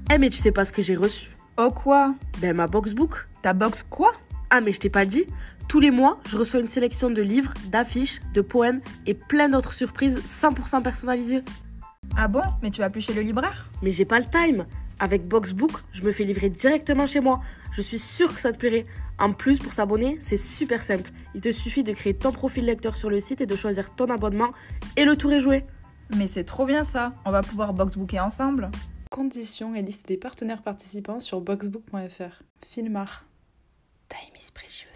Eh mais tu sais pas ce que j'ai reçu? Oh quoi? Ben ma Boxbook. Ta box quoi? Ah mais je t'ai pas dit? Tous les mois, je reçois une sélection de livres, d'affiches, de poèmes et plein d'autres surprises 100% personnalisées. Ah bon? Mais tu vas plus chez le libraire? Mais j'ai pas le time. Avec Boxbook, je me fais livrer directement chez moi. Je suis sûre que ça te plairait. En plus, pour s'abonner, c'est super simple. Il te suffit de créer ton profil lecteur sur le site et de choisir ton abonnement et le tour est joué. Mais c'est trop bien ça, on va pouvoir boxbooker ensemble. Conditions et liste des partenaires participants sur boxbook.fr. Filmar. Time is precious.